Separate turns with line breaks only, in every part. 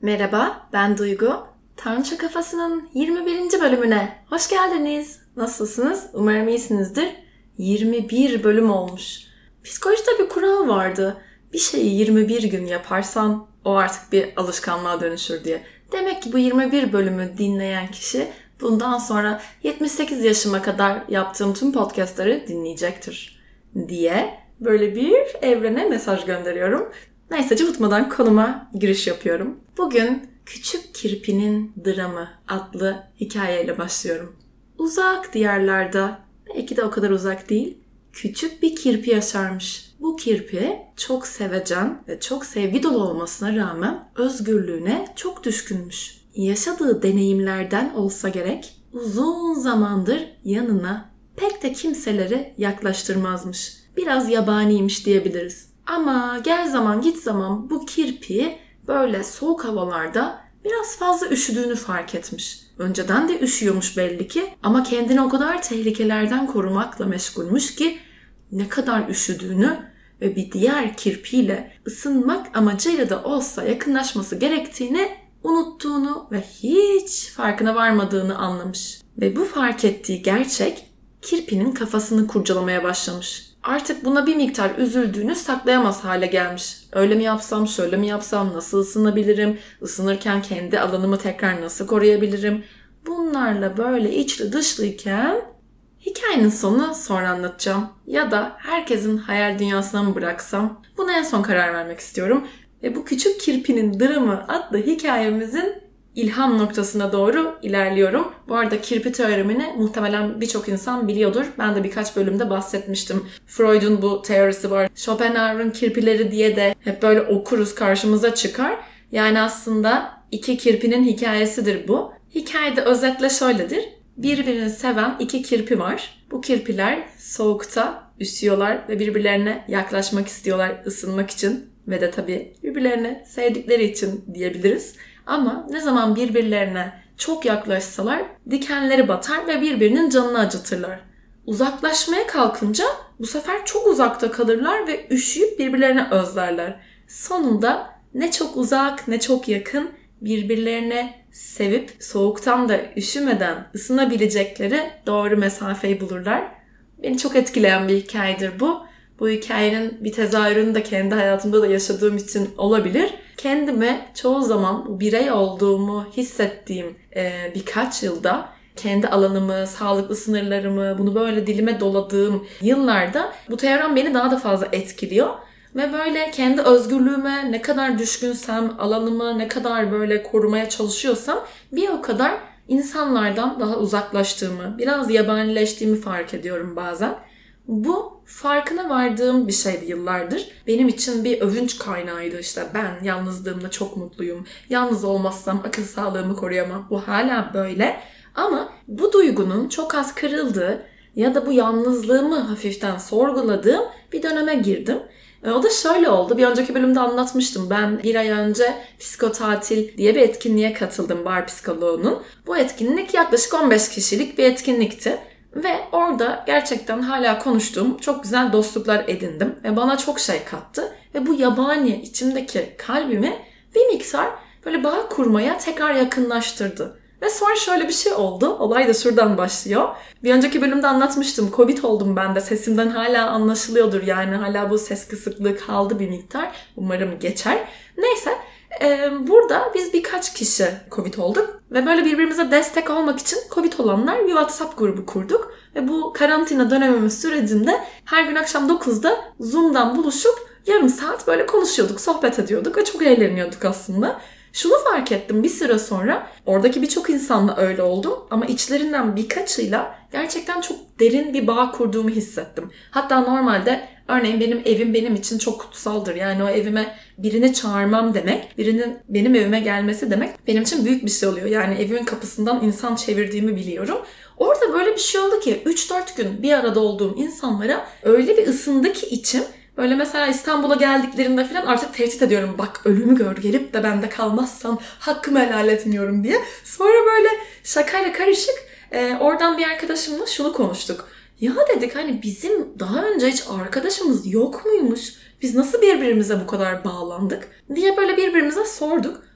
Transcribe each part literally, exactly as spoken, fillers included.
Merhaba, ben Duygu. Tanrıça Kafası'nın yirmi birinci bölümüne hoş geldiniz. Nasılsınız? Umarım iyisinizdir. yirmi bir bölüm olmuş. Psikolojide bir kural vardı. Bir şeyi yirmi bir gün yaparsan o artık bir alışkanlığa dönüşür diye. Demek ki bu yirmi bir bölümü dinleyen kişi bundan sonra yetmiş sekiz yaşıma kadar yaptığım tüm podcastları dinleyecektir diye böyle bir evrene mesaj gönderiyorum. Neyse cıvıtmadan konuma giriş yapıyorum. Bugün Küçük Kirpi'nin Dramı adlı hikayeyle başlıyorum. Uzak diyarlarda, belki de o kadar uzak değil, küçük bir kirpi yaşarmış. Bu kirpi çok sevecen ve çok sevgi dolu olmasına rağmen özgürlüğüne çok düşkünmüş. Yaşadığı deneyimlerden olsa gerek uzun zamandır yanına pek de kimseleri yaklaştırmazmış. Biraz yabaniymiş diyebiliriz. Ama gel zaman git zaman bu kirpi böyle soğuk havalarda biraz fazla üşüdüğünü fark etmiş. Önceden de üşüyormuş belli ki ama kendini o kadar tehlikelerden korumakla meşgulmüş ki ne kadar üşüdüğünü ve bir diğer kirpiyle ısınmak amacıyla da olsa yakınlaşması gerektiğini unuttuğunu ve hiç farkına varmadığını anlamış. Ve bu fark ettiği gerçek kirpinin kafasını kurcalamaya başlamış. Artık buna bir miktar üzüldüğünü saklayamaz hale gelmiş. Öyle mi yapsam, şöyle mi yapsam, nasıl ısınabilirim, ısınırken kendi alanımı tekrar nasıl koruyabilirim? Bunlarla böyle içli dışlıyken hikayenin sonunu sonra anlatacağım. Ya da herkesin hayal dünyasına mı bıraksam? Buna en son karar vermek istiyorum. Ve bu Küçük Kirpi'nin Dramı adlı hikayemizin İlham noktasına doğru ilerliyorum. Bu arada kirpi teoremini muhtemelen birçok insan biliyordur. Ben de birkaç bölümde bahsetmiştim. Freud'un bu teorisi var. Schopenhauer'ın kirpileri diye de hep böyle okuruz, karşımıza çıkar. Yani aslında iki kirpinin hikayesidir bu. Hikayede özetle şöyledir. Birbirini seven iki kirpi var. Bu kirpiler soğukta üşüyorlar ve birbirlerine yaklaşmak istiyorlar ısınmak için. Ve de tabii birbirlerini sevdikleri için diyebiliriz. Ama ne zaman birbirlerine çok yaklaşsalar dikenleri batar ve birbirinin canını acıtırlar. Uzaklaşmaya kalkınca bu sefer çok uzakta kalırlar ve üşüyüp birbirlerine özlerler. Sonunda ne çok uzak ne çok yakın birbirlerine sevip soğuktan da üşümeden ısınabilecekleri doğru mesafeyi bulurlar. Beni çok etkileyen bir hikayedir bu. Bu hikayenin bir tezahürünü de kendi hayatımda da yaşadığım için olabilir. Kendime çoğu zaman bu birey olduğumu hissettiğim e, birkaç yılda kendi alanımı, sağlıklı sınırlarımı, bunu böyle dilime doladığım yıllarda bu teorem beni daha da fazla etkiliyor. Ve böyle kendi özgürlüğüme ne kadar düşkünsem, alanımı ne kadar böyle korumaya çalışıyorsam bir o kadar insanlardan daha uzaklaştığımı, biraz yabanileştiğimi fark ediyorum bazen. Bu farkına vardığım bir şeydi yıllardır. Benim için bir övünç kaynağıydı işte. Ben yalnızlığımda çok mutluyum. Yalnız olmazsam akıl sağlığımı koruyamam. Bu hala böyle. Ama bu duygunun çok az kırıldığı ya da bu yalnızlığımı hafiften sorguladığım bir döneme girdim. O da şöyle oldu. Bir önceki bölümde anlatmıştım. Ben bir ay önce psikotatil diye bir etkinliğe katıldım bar psikoloğunun. Bu etkinlik yaklaşık on beş kişilik bir etkinlikti. Ve orada gerçekten hala konuştuğum çok güzel dostluklar edindim. Ve bana çok şey kattı. Ve bu yabani içimdeki kalbimi bir miktar böyle bağ kurmaya tekrar yakınlaştırdı. Ve sonra şöyle bir şey oldu. Olay da şuradan başlıyor. Bir önceki bölümde anlatmıştım. Covid oldum ben de. Sesimden hala anlaşılıyordur. Yani hala bu ses kısıklığı kaldı bir miktar. Umarım geçer. Neyse. Ee, burada biz birkaç kişi Covid olduk ve böyle birbirimize destek olmak için Covid olanlar bir WhatsApp grubu kurduk ve bu karantina dönemimiz sürecinde her gün akşam dokuzda Zoom'dan buluşup yarım saat böyle konuşuyorduk, sohbet ediyorduk ve çok eğleniyorduk aslında. Şunu fark ettim bir süre sonra, oradaki birçok insanla öyle oldum ama içlerinden birkaçıyla gerçekten çok derin bir bağ kurduğumu hissettim. Hatta normalde örneğin benim evim benim için çok kutsaldır. Yani o evime birini çağırmam demek, birinin benim evime gelmesi demek benim için büyük bir şey oluyor. Yani evimin kapısından insan çevirdiğimi biliyorum. Orada böyle bir şey oldu ki üç dört gün bir arada olduğum insanlara öyle bir ısındı ki içim. Böyle mesela İstanbul'a geldiklerinde falan artık tehdit ediyorum. Bak ölümü gör gelip de bende kalmazsan hakkımı helal etmiyorum diye. Sonra böyle şakayla karışık e, oradan bir arkadaşımla şunu konuştuk. Ya dedik hani bizim daha önce hiç arkadaşımız yok muymuş? Biz nasıl birbirimize bu kadar bağlandık diye böyle birbirimize sorduk.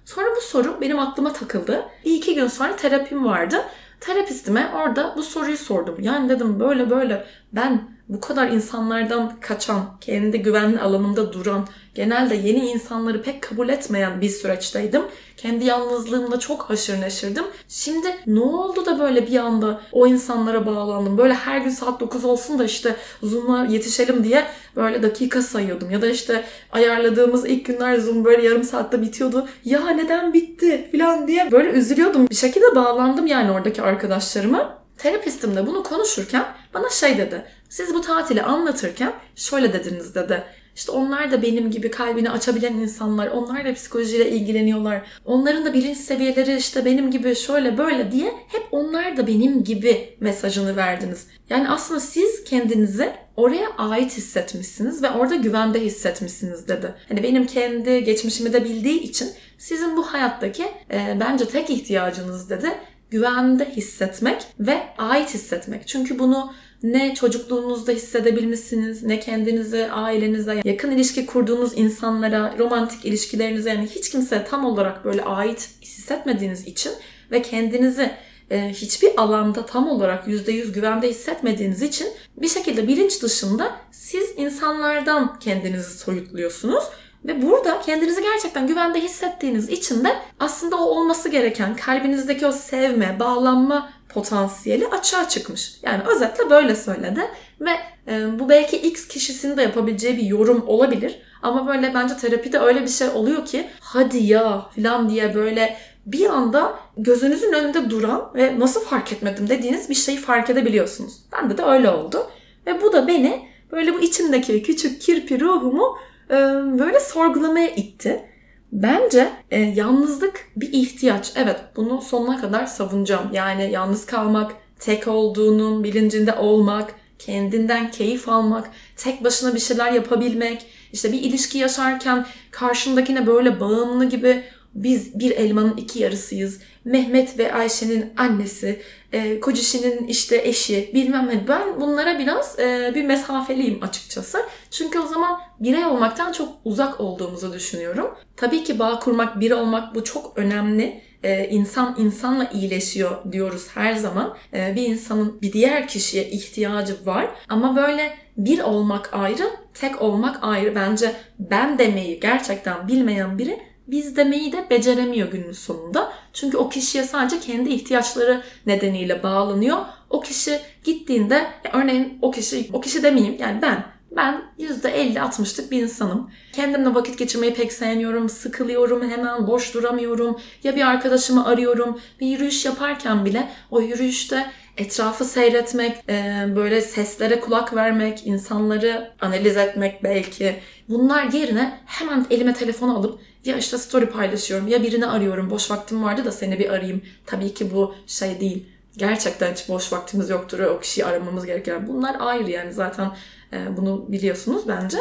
Sonra bu soru benim aklıma takıldı. Bir iki gün sonra terapim vardı. Terapistime orada bu soruyu sordum. Yani dedim böyle böyle ben bu kadar insanlardan kaçan, kendi güvenli alanımda duran, genelde yeni insanları pek kabul etmeyen bir süreçteydim. Kendi yalnızlığımla çok haşır neşirdim. Şimdi ne oldu da böyle bir anda o insanlara bağlandım. Böyle her gün saat dokuz olsun da işte Zoom'a yetişelim diye böyle dakika sayıyordum. Ya da işte ayarladığımız ilk günler Zoom böyle yarım saatte bitiyordu. Ya neden bitti falan diye böyle üzülüyordum. Bir şekilde bağlandım yani oradaki arkadaşlarıma. Terapistim de bunu konuşurken bana şey dedi. Siz bu tatili anlatırken şöyle dediniz dedi. İşte onlar da benim gibi kalbini açabilen insanlar, onlar da psikolojiyle ilgileniyorlar. Onların da bilinç seviyeleri işte benim gibi şöyle böyle diye hep onlar da benim gibi mesajını verdiniz. Yani aslında siz kendinizi oraya ait hissetmişsiniz ve orada güvende hissetmişsiniz dedi. Hani benim kendi geçmişimi de bildiği için sizin bu hayattaki e, bence tek ihtiyacınız dedi. Güvende hissetmek ve ait hissetmek. Çünkü bunu ne çocukluğunuzda hissedebilmişsiniz, ne kendinize, ailenize, yakın ilişki kurduğunuz insanlara, romantik ilişkilerinize, yani hiç kimseye tam olarak böyle ait hissetmediğiniz için ve kendinizi e, hiçbir alanda tam olarak yüzde yüz güvende hissetmediğiniz için bir şekilde bilinç dışında siz insanlardan kendinizi soyutluyorsunuz. Ve burada kendinizi gerçekten güvende hissettiğiniz için de aslında o olması gereken kalbinizdeki o sevme, bağlanma potansiyeli açığa çıkmış. Yani özetle böyle söyledi ve e, bu belki X kişisinin de yapabileceği bir yorum olabilir. Ama böyle bence terapide öyle bir şey oluyor ki hadi ya falan diye böyle bir anda gözünüzün önünde duran ve nasıl fark etmedim dediğiniz bir şeyi fark edebiliyorsunuz. Bende de öyle oldu. Ve bu da beni böyle bu içimdeki küçük kirpi ruhumu böyle sorgulamaya itti. Bence e, yalnızlık bir ihtiyaç. Evet, bunu sonuna kadar savunacağım. Yani yalnız kalmak, tek olduğunun bilincinde olmak, kendinden keyif almak, tek başına bir şeyler yapabilmek, işte bir ilişki yaşarken karşındakine böyle bağımlı gibi biz bir elmanın iki yarısıyız. Mehmet ve Ayşe'nin annesi, e, Kocişi'nin işte eşi, bilmem ne. Ben bunlara biraz e, bir mesafeliyim açıkçası. Çünkü o zaman birey olmaktan çok uzak olduğumuzu düşünüyorum. Tabii ki bağ kurmak, bir olmak bu çok önemli. Ee, insan insanla iyileşiyor diyoruz her zaman. Ee, bir insanın bir diğer kişiye ihtiyacı var. Ama böyle bir olmak ayrı, tek olmak ayrı. Bence ben demeyi gerçekten bilmeyen biri biz demeyi de beceremiyor günün sonunda. Çünkü o kişiye sadece kendi ihtiyaçları nedeniyle bağlanıyor. O kişi gittiğinde, örneğin o kişi, o kişi demeyeyim yani ben, ben yüzde elli altmışlık bir insanım. Kendimle vakit geçirmeyi pek sevmiyorum, sıkılıyorum, hemen boş duramıyorum. Ya bir arkadaşımı arıyorum, bir yürüyüş yaparken bile o yürüyüşte etrafı seyretmek, böyle seslere kulak vermek, insanları analiz etmek belki. Bunlar yerine hemen elime telefonu alıp ya işte story paylaşıyorum, ya birini arıyorum, boş vaktim vardı da seni bir arayayım. Tabii ki bu şey değil, gerçekten hiç boş vaktimiz yoktur, o kişiyi aramamız gereken. Bunlar ayrı yani zaten bunu biliyorsunuz bence.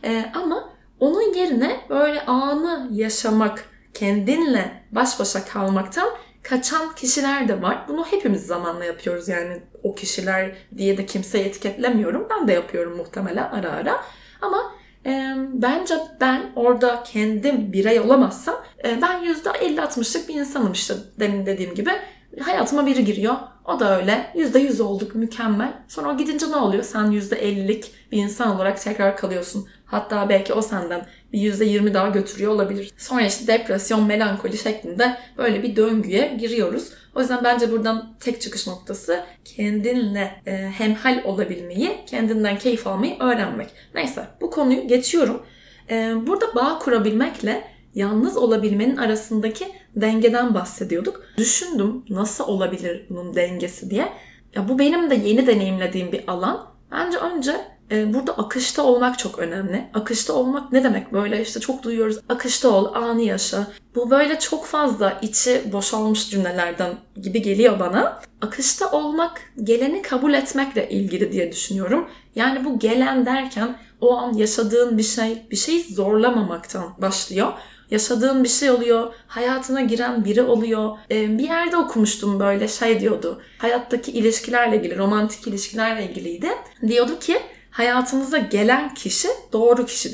Ama onun yerine böyle anı yaşamak, kendinle baş başa kalmaktan kaçan kişiler de var. Bunu hepimiz zamanla yapıyoruz yani o kişiler diye de kimseyi etiketlemiyorum. Ben de yapıyorum muhtemelen ara ara. Ama e, bence ben orada kendim birey olamazsam e, ben yüzde elli altmışlık bir insanım işte demin dediğim gibi. Hayatıma biri giriyor. O da öyle. yüzde yüz olduk. Mükemmel. Sonra o gidince ne oluyor? Sen yüzde ellilik bir insan olarak tekrar kalıyorsun. Hatta belki o senden bir yüzde yirmi daha götürüyor olabilir. Sonra işte depresyon, melankoli şeklinde böyle bir döngüye giriyoruz. O yüzden bence buradan tek çıkış noktası kendinle e, hemhal olabilmeyi, kendinden keyif almayı öğrenmek. Neyse bu konuyu geçiyorum. E, burada bağ kurabilmekle yalnız olabilmenin arasındaki dengeden bahsediyorduk. Düşündüm nasıl olabilir bunun dengesi diye. Ya bu benim de yeni deneyimlediğim bir alan. Bence önce e, burada akışta olmak çok önemli. Akışta olmak ne demek? Böyle işte çok duyuyoruz. Akışta ol, anı yaşa. Bu böyle çok fazla içi boşalmış cümlelerden gibi geliyor bana. Akışta olmak geleni kabul etmekle ilgili diye düşünüyorum. Yani bu gelen derken o an yaşadığın bir şey, bir şeyi zorlamamaktan başlıyor. Yaşadığın bir şey oluyor, hayatına giren biri oluyor. Ee, bir yerde okumuştum böyle şey diyordu. Hayattaki ilişkilerle ilgili, romantik ilişkilerle ilgiliydi. Diyordu ki hayatınıza gelen kişi doğru kişidir.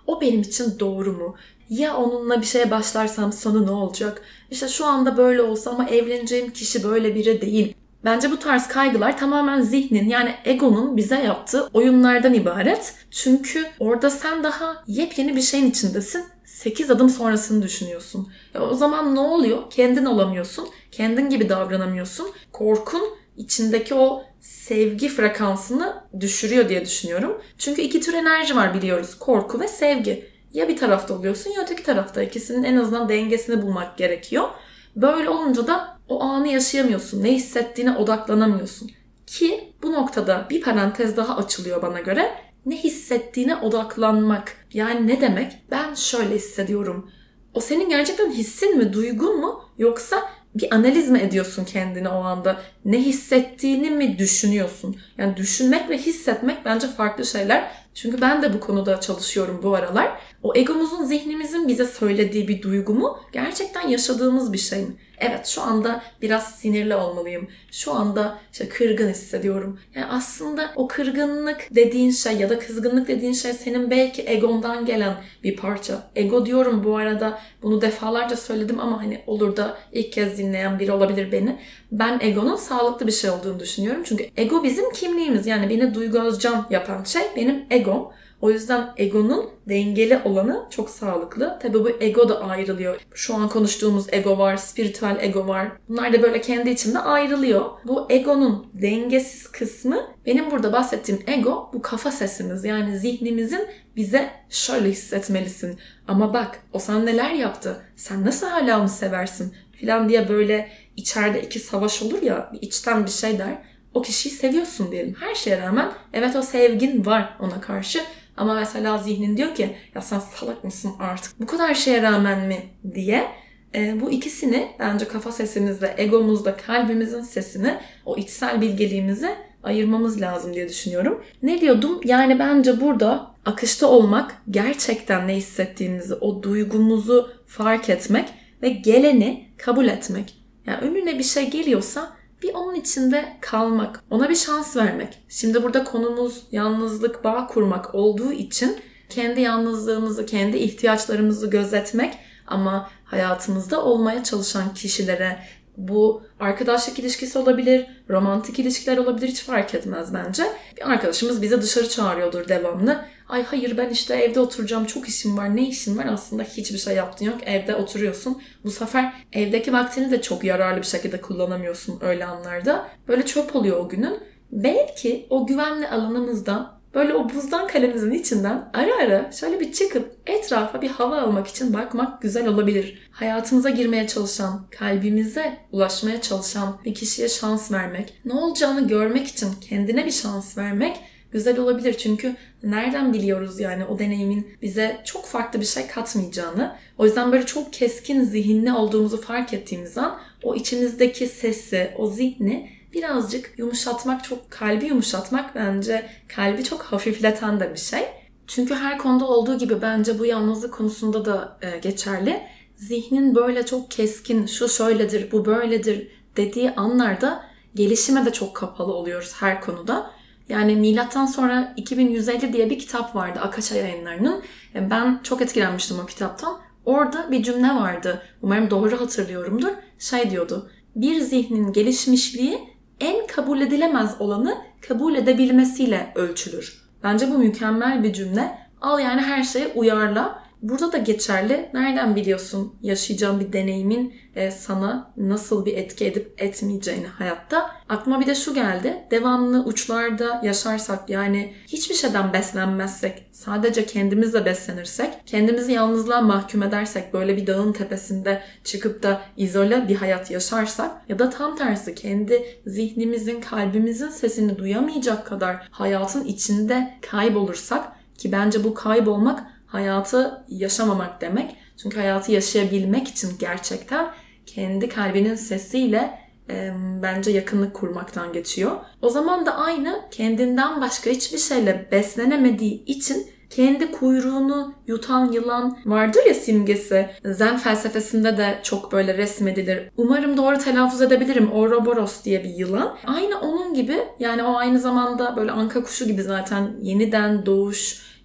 O benim için doğru mu? Ya onunla bir şeye başlarsam sonu ne olacak? İşte şu anda böyle olsa ama evleneceğim kişi böyle biri değil. Bence bu tarz kaygılar tamamen zihnin, yani egonun bize yaptığı oyunlardan ibaret. Çünkü orada sen daha yepyeni bir şeyin içindesin. sekiz adım sonrasını düşünüyorsun. E o zaman ne oluyor? Kendin olamıyorsun. Kendin gibi davranamıyorsun. Korkun içindeki o sevgi frekansını düşürüyor diye düşünüyorum. Çünkü iki tür enerji var biliyoruz. Korku ve sevgi. Ya bir tarafta oluyorsun ya öteki tarafta. İkisinin en azından dengesini bulmak gerekiyor. Böyle olunca da o anı yaşayamıyorsun. Ne hissettiğine odaklanamıyorsun. Ki bu noktada bir parantez daha açılıyor bana göre. Ne hissettiğine odaklanmak. Yani ne demek? Ben şöyle hissediyorum. O senin gerçekten hissin mi, duygun mu? Yoksa bir analiz mi ediyorsun kendini o anda? Ne hissettiğini mi düşünüyorsun? Yani düşünmek ve hissetmek bence farklı şeyler. Çünkü ben de bu konuda çalışıyorum bu aralar. O egomuzun, zihnimizin bize söylediği bir duygu mu? Gerçekten yaşadığımız bir şey mi? Evet, şu anda biraz sinirli olmalıyım. Şu anda işte kırgın hissediyorum. Yani aslında o kırgınlık dediğin şey ya da kızgınlık dediğin şey senin belki egondan gelen bir parça. Ego diyorum bu arada, bunu defalarca söyledim ama hani olur da ilk kez dinleyen biri olabilir beni. Ben egonun sağlıklı bir şey olduğunu düşünüyorum. Çünkü ego bizim kimliğimiz. Yani beni Duygu Özcan yapan şey benim egom. O yüzden egonun dengeli olanı çok sağlıklı. Tabii bu ego da ayrılıyor. Şu an konuştuğumuz ego var, spiritüel ego var. Bunlar da böyle kendi içinde ayrılıyor. Bu egonun dengesiz kısmı, benim burada bahsettiğim ego, bu kafa sesimiz. Yani zihnimizin bize şöyle hissetmelisin. Ama bak o sana neler yaptı? Sen nasıl hala onu seversin? Falan diye böyle içeride iki savaş olur ya, bir içten bir şey der. O kişiyi seviyorsun diyelim. Her şeye rağmen evet o sevgin var ona karşı. Ama mesela zihnin diyor ki ya sen salak mısın artık? Bu kadar şeye rağmen mi diye. E, bu ikisini bence kafa sesimizle, egomuzla, kalbimizin sesini, o içsel bilgeliğimizi ayırmamız lazım diye düşünüyorum. Ne diyordum? Yani bence burada akışta olmak, gerçekten ne hissettiğimizi, o duygumuzu fark etmek ve geleni kabul etmek. Yani önüne bir şey geliyorsa bir onun içinde kalmak, ona bir şans vermek. Şimdi burada konumuz yalnızlık, bağ kurmak olduğu için kendi yalnızlığımızı, kendi ihtiyaçlarımızı gözetmek ama hayatımızda olmaya çalışan kişilere, bu arkadaşlık ilişkisi olabilir, romantik ilişkiler olabilir, hiç fark etmez bence. Bir arkadaşımız bize dışarı çağırıyordur devamlı. Ay hayır ben işte evde oturacağım, çok işim var. Ne işin var? Aslında hiçbir şey yaptın yok. Evde oturuyorsun. Bu sefer evdeki vaktini de çok yararlı bir şekilde kullanamıyorsun öyle anlarda. Böyle çöp oluyor o günün. Belki o güvenli alanımızdan, böyle o buzdan kalemizin içinden ara ara şöyle bir çıkıp etrafa bir hava almak için bakmak güzel olabilir. Hayatımıza girmeye çalışan, kalbimize ulaşmaya çalışan bir kişiye şans vermek, ne olacağını görmek için kendine bir şans vermek güzel olabilir. Çünkü nereden biliyoruz yani o deneyimin bize çok farklı bir şey katmayacağını. O yüzden böyle çok keskin zihinli olduğumuzu fark ettiğimiz an o içimizdeki sesi, o zihni birazcık yumuşatmak, çok kalbi yumuşatmak bence kalbi çok hafifleten de bir şey. Çünkü her konuda olduğu gibi bence bu yalnızlık konusunda da e, geçerli. Zihnin böyle çok keskin, şu şöyledir, bu böyledir dediği anlarda gelişime de çok kapalı oluyoruz her konuda. Yani milattan sonra iki bin yüz elli diye bir kitap vardı Akasha Yayınları'nın. Ben çok etkilenmiştim o kitaptan. Orada bir cümle vardı. Umarım doğru hatırlıyorumdur. Şey diyordu. Bir zihnin gelişmişliği en kabul edilemez olanı kabul edebilmesiyle ölçülür. Bence bu mükemmel bir cümle. Al yani her şeye uyarla. Burada da geçerli. Nereden biliyorsun yaşayacağın bir deneyimin e, sana nasıl bir etki edip etmeyeceğini hayatta? Aklıma bir de şu geldi. Devamlı uçlarda yaşarsak, yani hiçbir şeyden beslenmezsek, sadece kendimizle beslenirsek, kendimizi yalnızlığa mahkum edersek, böyle bir dağın tepesinde çıkıp da izole bir hayat yaşarsak ya da tam tersi kendi zihnimizin, kalbimizin sesini duyamayacak kadar hayatın içinde kaybolursak, ki bence bu kaybolmak hayatı yaşamamak demek. Çünkü hayatı yaşayabilmek için gerçekten kendi kalbinin sesiyle e, bence yakınlık kurmaktan geçiyor. O zaman da aynı kendinden başka hiçbir şeyle beslenemediği için kendi kuyruğunu yutan yılan vardır ya simgesi. Zen felsefesinde de çok böyle resmedilir. Umarım doğru telaffuz edebilirim. Ouroboros diye bir yılan. Aynı onun gibi, yani o aynı zamanda böyle anka kuşu gibi zaten yeniden doğuş,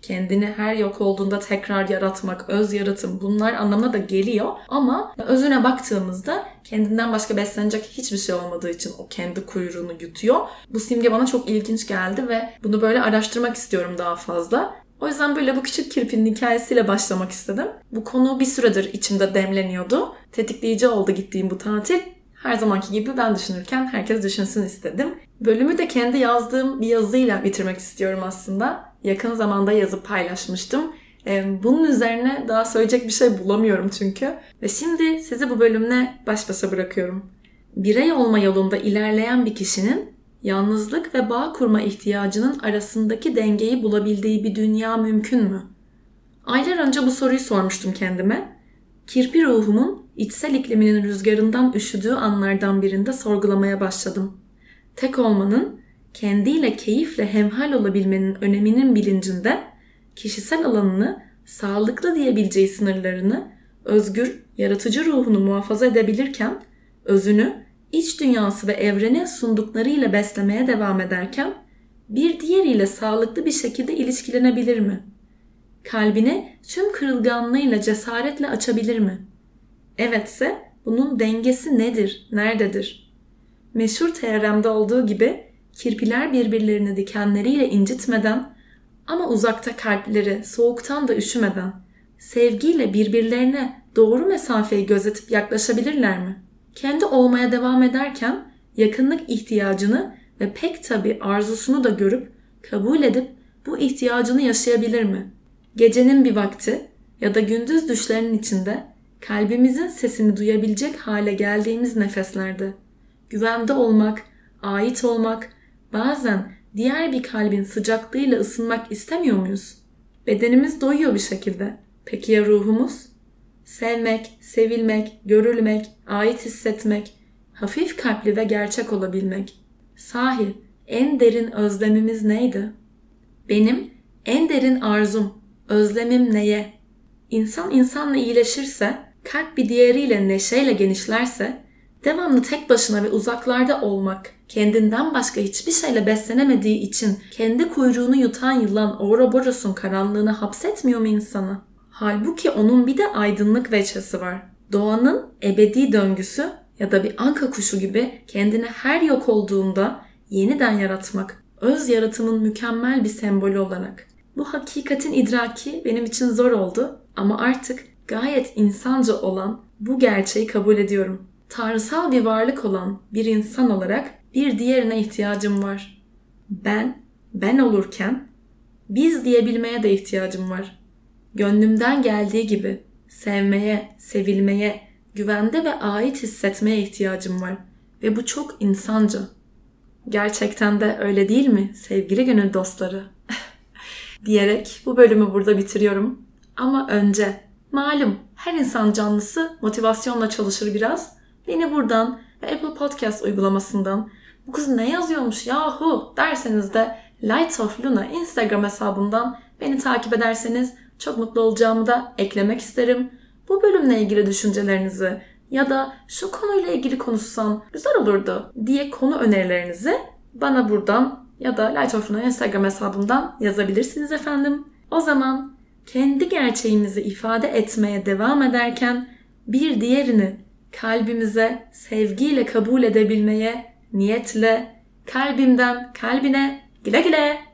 kendini her yok olduğunda tekrar yaratmak, öz yaratım bunlar anlamına da geliyor. Ama özüne baktığımızda kendinden başka beslenecek hiçbir şey olmadığı için o kendi kuyruğunu yutuyor. Bu simge bana çok ilginç geldi ve bunu böyle araştırmak istiyorum daha fazla. O yüzden böyle bu küçük kirpinin hikayesiyle başlamak istedim. Bu konu bir süredir içimde demleniyordu. Tetikleyici oldu gittiğim bu tatil. Her zamanki gibi ben düşünürken herkes düşünsün istedim. Bölümü de kendi yazdığım bir yazıyla bitirmek istiyorum aslında. Yakın zamanda yazıp paylaşmıştım. Bunun üzerine daha söyleyecek bir şey bulamıyorum çünkü. Ve şimdi sizi bu bölümle baş başa bırakıyorum. Birey olma yolunda ilerleyen bir kişinin yalnızlık ve bağ kurma ihtiyacının arasındaki dengeyi bulabildiği bir dünya mümkün mü? Aylar önce bu soruyu sormuştum kendime. Kirpi ruhumun içsel ikliminin rüzgarından üşüdüğü anlardan birinde sorgulamaya başladım. Tek olmanın, kendiyle keyifle hemhal olabilmenin öneminin bilincinde, kişisel alanını, sağlıklı diyebileceği sınırlarını, özgür, yaratıcı ruhunu muhafaza edebilirken, özünü, iç dünyası ve evreni sunduklarıyla beslemeye devam ederken, bir diğeriyle sağlıklı bir şekilde ilişkilenebilir mi? Kalbini tüm kırılganlığıyla cesaretle açabilir mi? Evetse bunun dengesi nedir, nerededir? Meşhur teoremde olduğu gibi kirpiler birbirlerini dikenleriyle incitmeden ama uzakta kalpleri soğuktan da üşümeden sevgiyle birbirlerine doğru mesafeyi gözetip yaklaşabilirler mi? Kendi olmaya devam ederken yakınlık ihtiyacını ve pek tabii arzusunu da görüp kabul edip bu ihtiyacını yaşayabilir mi? Gecenin bir vakti ya da gündüz düşlerinin içinde kalbimizin sesini duyabilecek hale geldiğimiz nefeslerde güvende olmak, ait olmak, bazen diğer bir kalbin sıcaklığıyla ısınmak istemiyor muyuz? Bedenimiz doyuyor bir şekilde. Peki ya ruhumuz? Sevmek, sevilmek, görülmek, ait hissetmek, hafif kalpli ve gerçek olabilmek. Sahi en derin özlemimiz neydi? Benim en derin arzum, özlemim neye? İnsan insanla iyileşirse, kalp bir diğeriyle neşeyle genişlerse, devamlı tek başına ve uzaklarda olmak, kendinden başka hiçbir şeyle beslenemediği için kendi kuyruğunu yutan yılan Ouroboros'un karanlığına hapsetmiyor mu insanı? Halbuki onun bir de aydınlık veçesi var. Doğanın ebedi döngüsü ya da bir anka kuşu gibi kendini her yok olduğunda yeniden yaratmak, öz yaratımın mükemmel bir sembolü olarak. Bu hakikatin idraki benim için zor oldu ama artık gayet insanca olan bu gerçeği kabul ediyorum. Tanrısal bir varlık olan bir insan olarak bir diğerine ihtiyacım var. Ben, ben olurken biz diyebilmeye de ihtiyacım var. Gönlümden geldiği gibi sevmeye, sevilmeye, güvende ve ait hissetmeye ihtiyacım var. Ve bu çok insanca. Gerçekten de öyle değil mi sevgili gönül dostları? Diyerek bu bölümü burada bitiriyorum. Ama önce malum her insan canlısı motivasyonla çalışır biraz. Beni buradan ve Apple Podcast uygulamasından bu kız ne yazıyormuş yahu derseniz de Light of Luna Instagram hesabından beni takip ederseniz çok mutlu olacağımı da eklemek isterim. Bu bölümle ilgili düşüncelerinizi ya da şu konuyla ilgili konuşsam güzel olurdu diye konu önerilerinizi bana buradan ya da Light of Luna Instagram hesabından yazabilirsiniz efendim. O zaman kendi gerçeğimizi ifade etmeye devam ederken bir diğerini kalbimize sevgiyle kabul edebilmeye niyetle kalbimden kalbine güle güle.